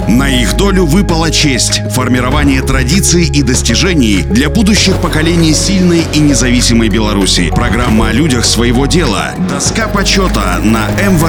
На их долю выпала честь – формирование традиций и достижений для будущих поколений сильной и независимой Беларуси. Программа о людях своего дела. Доска почета на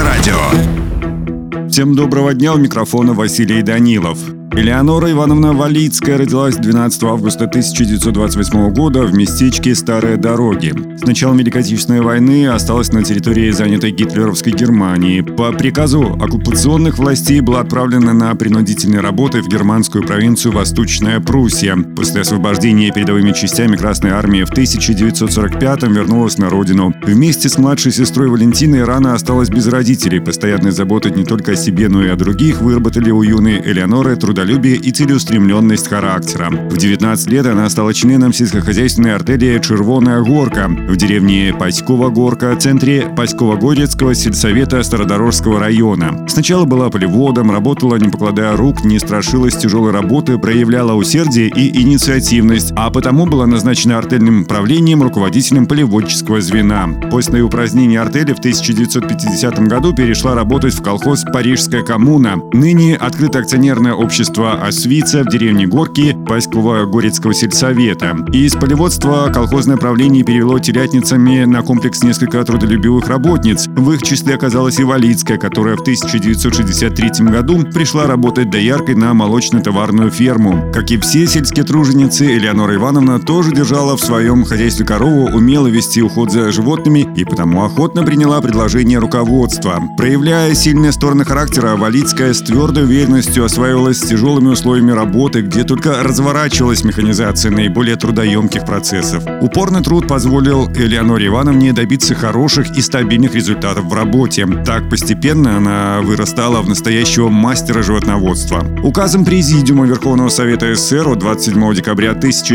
МВ-радио. Всем доброго дня, у микрофона Василий Данилов. Элеонора Ивановна Валицкая родилась 12 августа 1928 года в местечке Старые Дороги. С началом Великой Отечественной войны осталась на территории, занятой гитлеровской Германией. По приказу оккупационных властей была отправлена на принудительные работы в германскую провинцию Восточная Пруссия. После освобождения передовыми частями Красной Армии в 1945-м вернулась на родину. Вместе с младшей сестрой Валентиной рано осталась без родителей. Постоянной заботой не только о себе, но и о других выработали у юной Элеоноры трудолюбие и целеустремленность характера. В 19 лет она стала членом сельскохозяйственной артели «Червоная горка» в деревне Паськова горка, центре Паськово-Горецкого сельсовета Стародорожского района. Сначала была полеводом, работала, не покладая рук, не страшилась тяжелой работы, проявляла усердие и инициативность, а потому была назначена артельным правлением руководителем полеводческого звена. После упразднения артели в 1950 году перешла работать в колхоз «Парижская коммуна», ныне открытое акционерное общество «Освица» в деревне Горки Паськово-Горецкого сельсовета. Из полеводства колхозное правление перевело телятницами на комплекс несколько трудолюбивых работниц. В их числе оказалась и Валицкая, которая в 1963 году пришла работать дояркой на молочно-товарную ферму. Как и все сельские труженицы, Элеонора Ивановна тоже держала в своем хозяйстве корову, умела вести уход за животными и потому охотно приняла предложение руководства. Проявляя сильные стороны характера, Валицкая с твердой уверенностью осваивалась с тяжелыми условиями работы, где только разворачивалась механизация наиболее трудоемких процессов. Упорный труд позволил Элеоноре Ивановне добиться хороших и стабильных результатов в работе. Так постепенно она вырастала в настоящего мастера животноводства. Указом Президиума Верховного Совета СССР от 27 декабря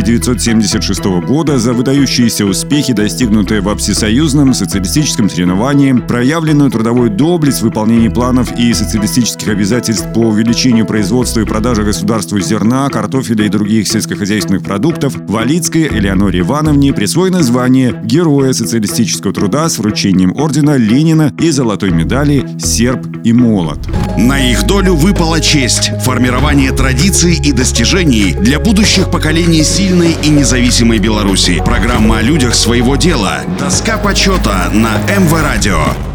1976 года за выдающиеся успехи, достигнутые во всесоюзном социалистическом соревновании, проявленную трудовую доблесть в выполнении планов и социалистических обязательств по увеличению производства и продажи государству зерна, картофеля и других сельскохозяйственных продуктов, Валицкой Элеоноре Ивановне присвоено звание Героя социалистического труда с вручением ордена Ленина и золотой медали «Серп и молот». На их долю выпала честь – формирование традиций и достижений для будущих поколений сильной и независимой Беларуси. Программа о людях своего дела. Доска почета на МВ-радио.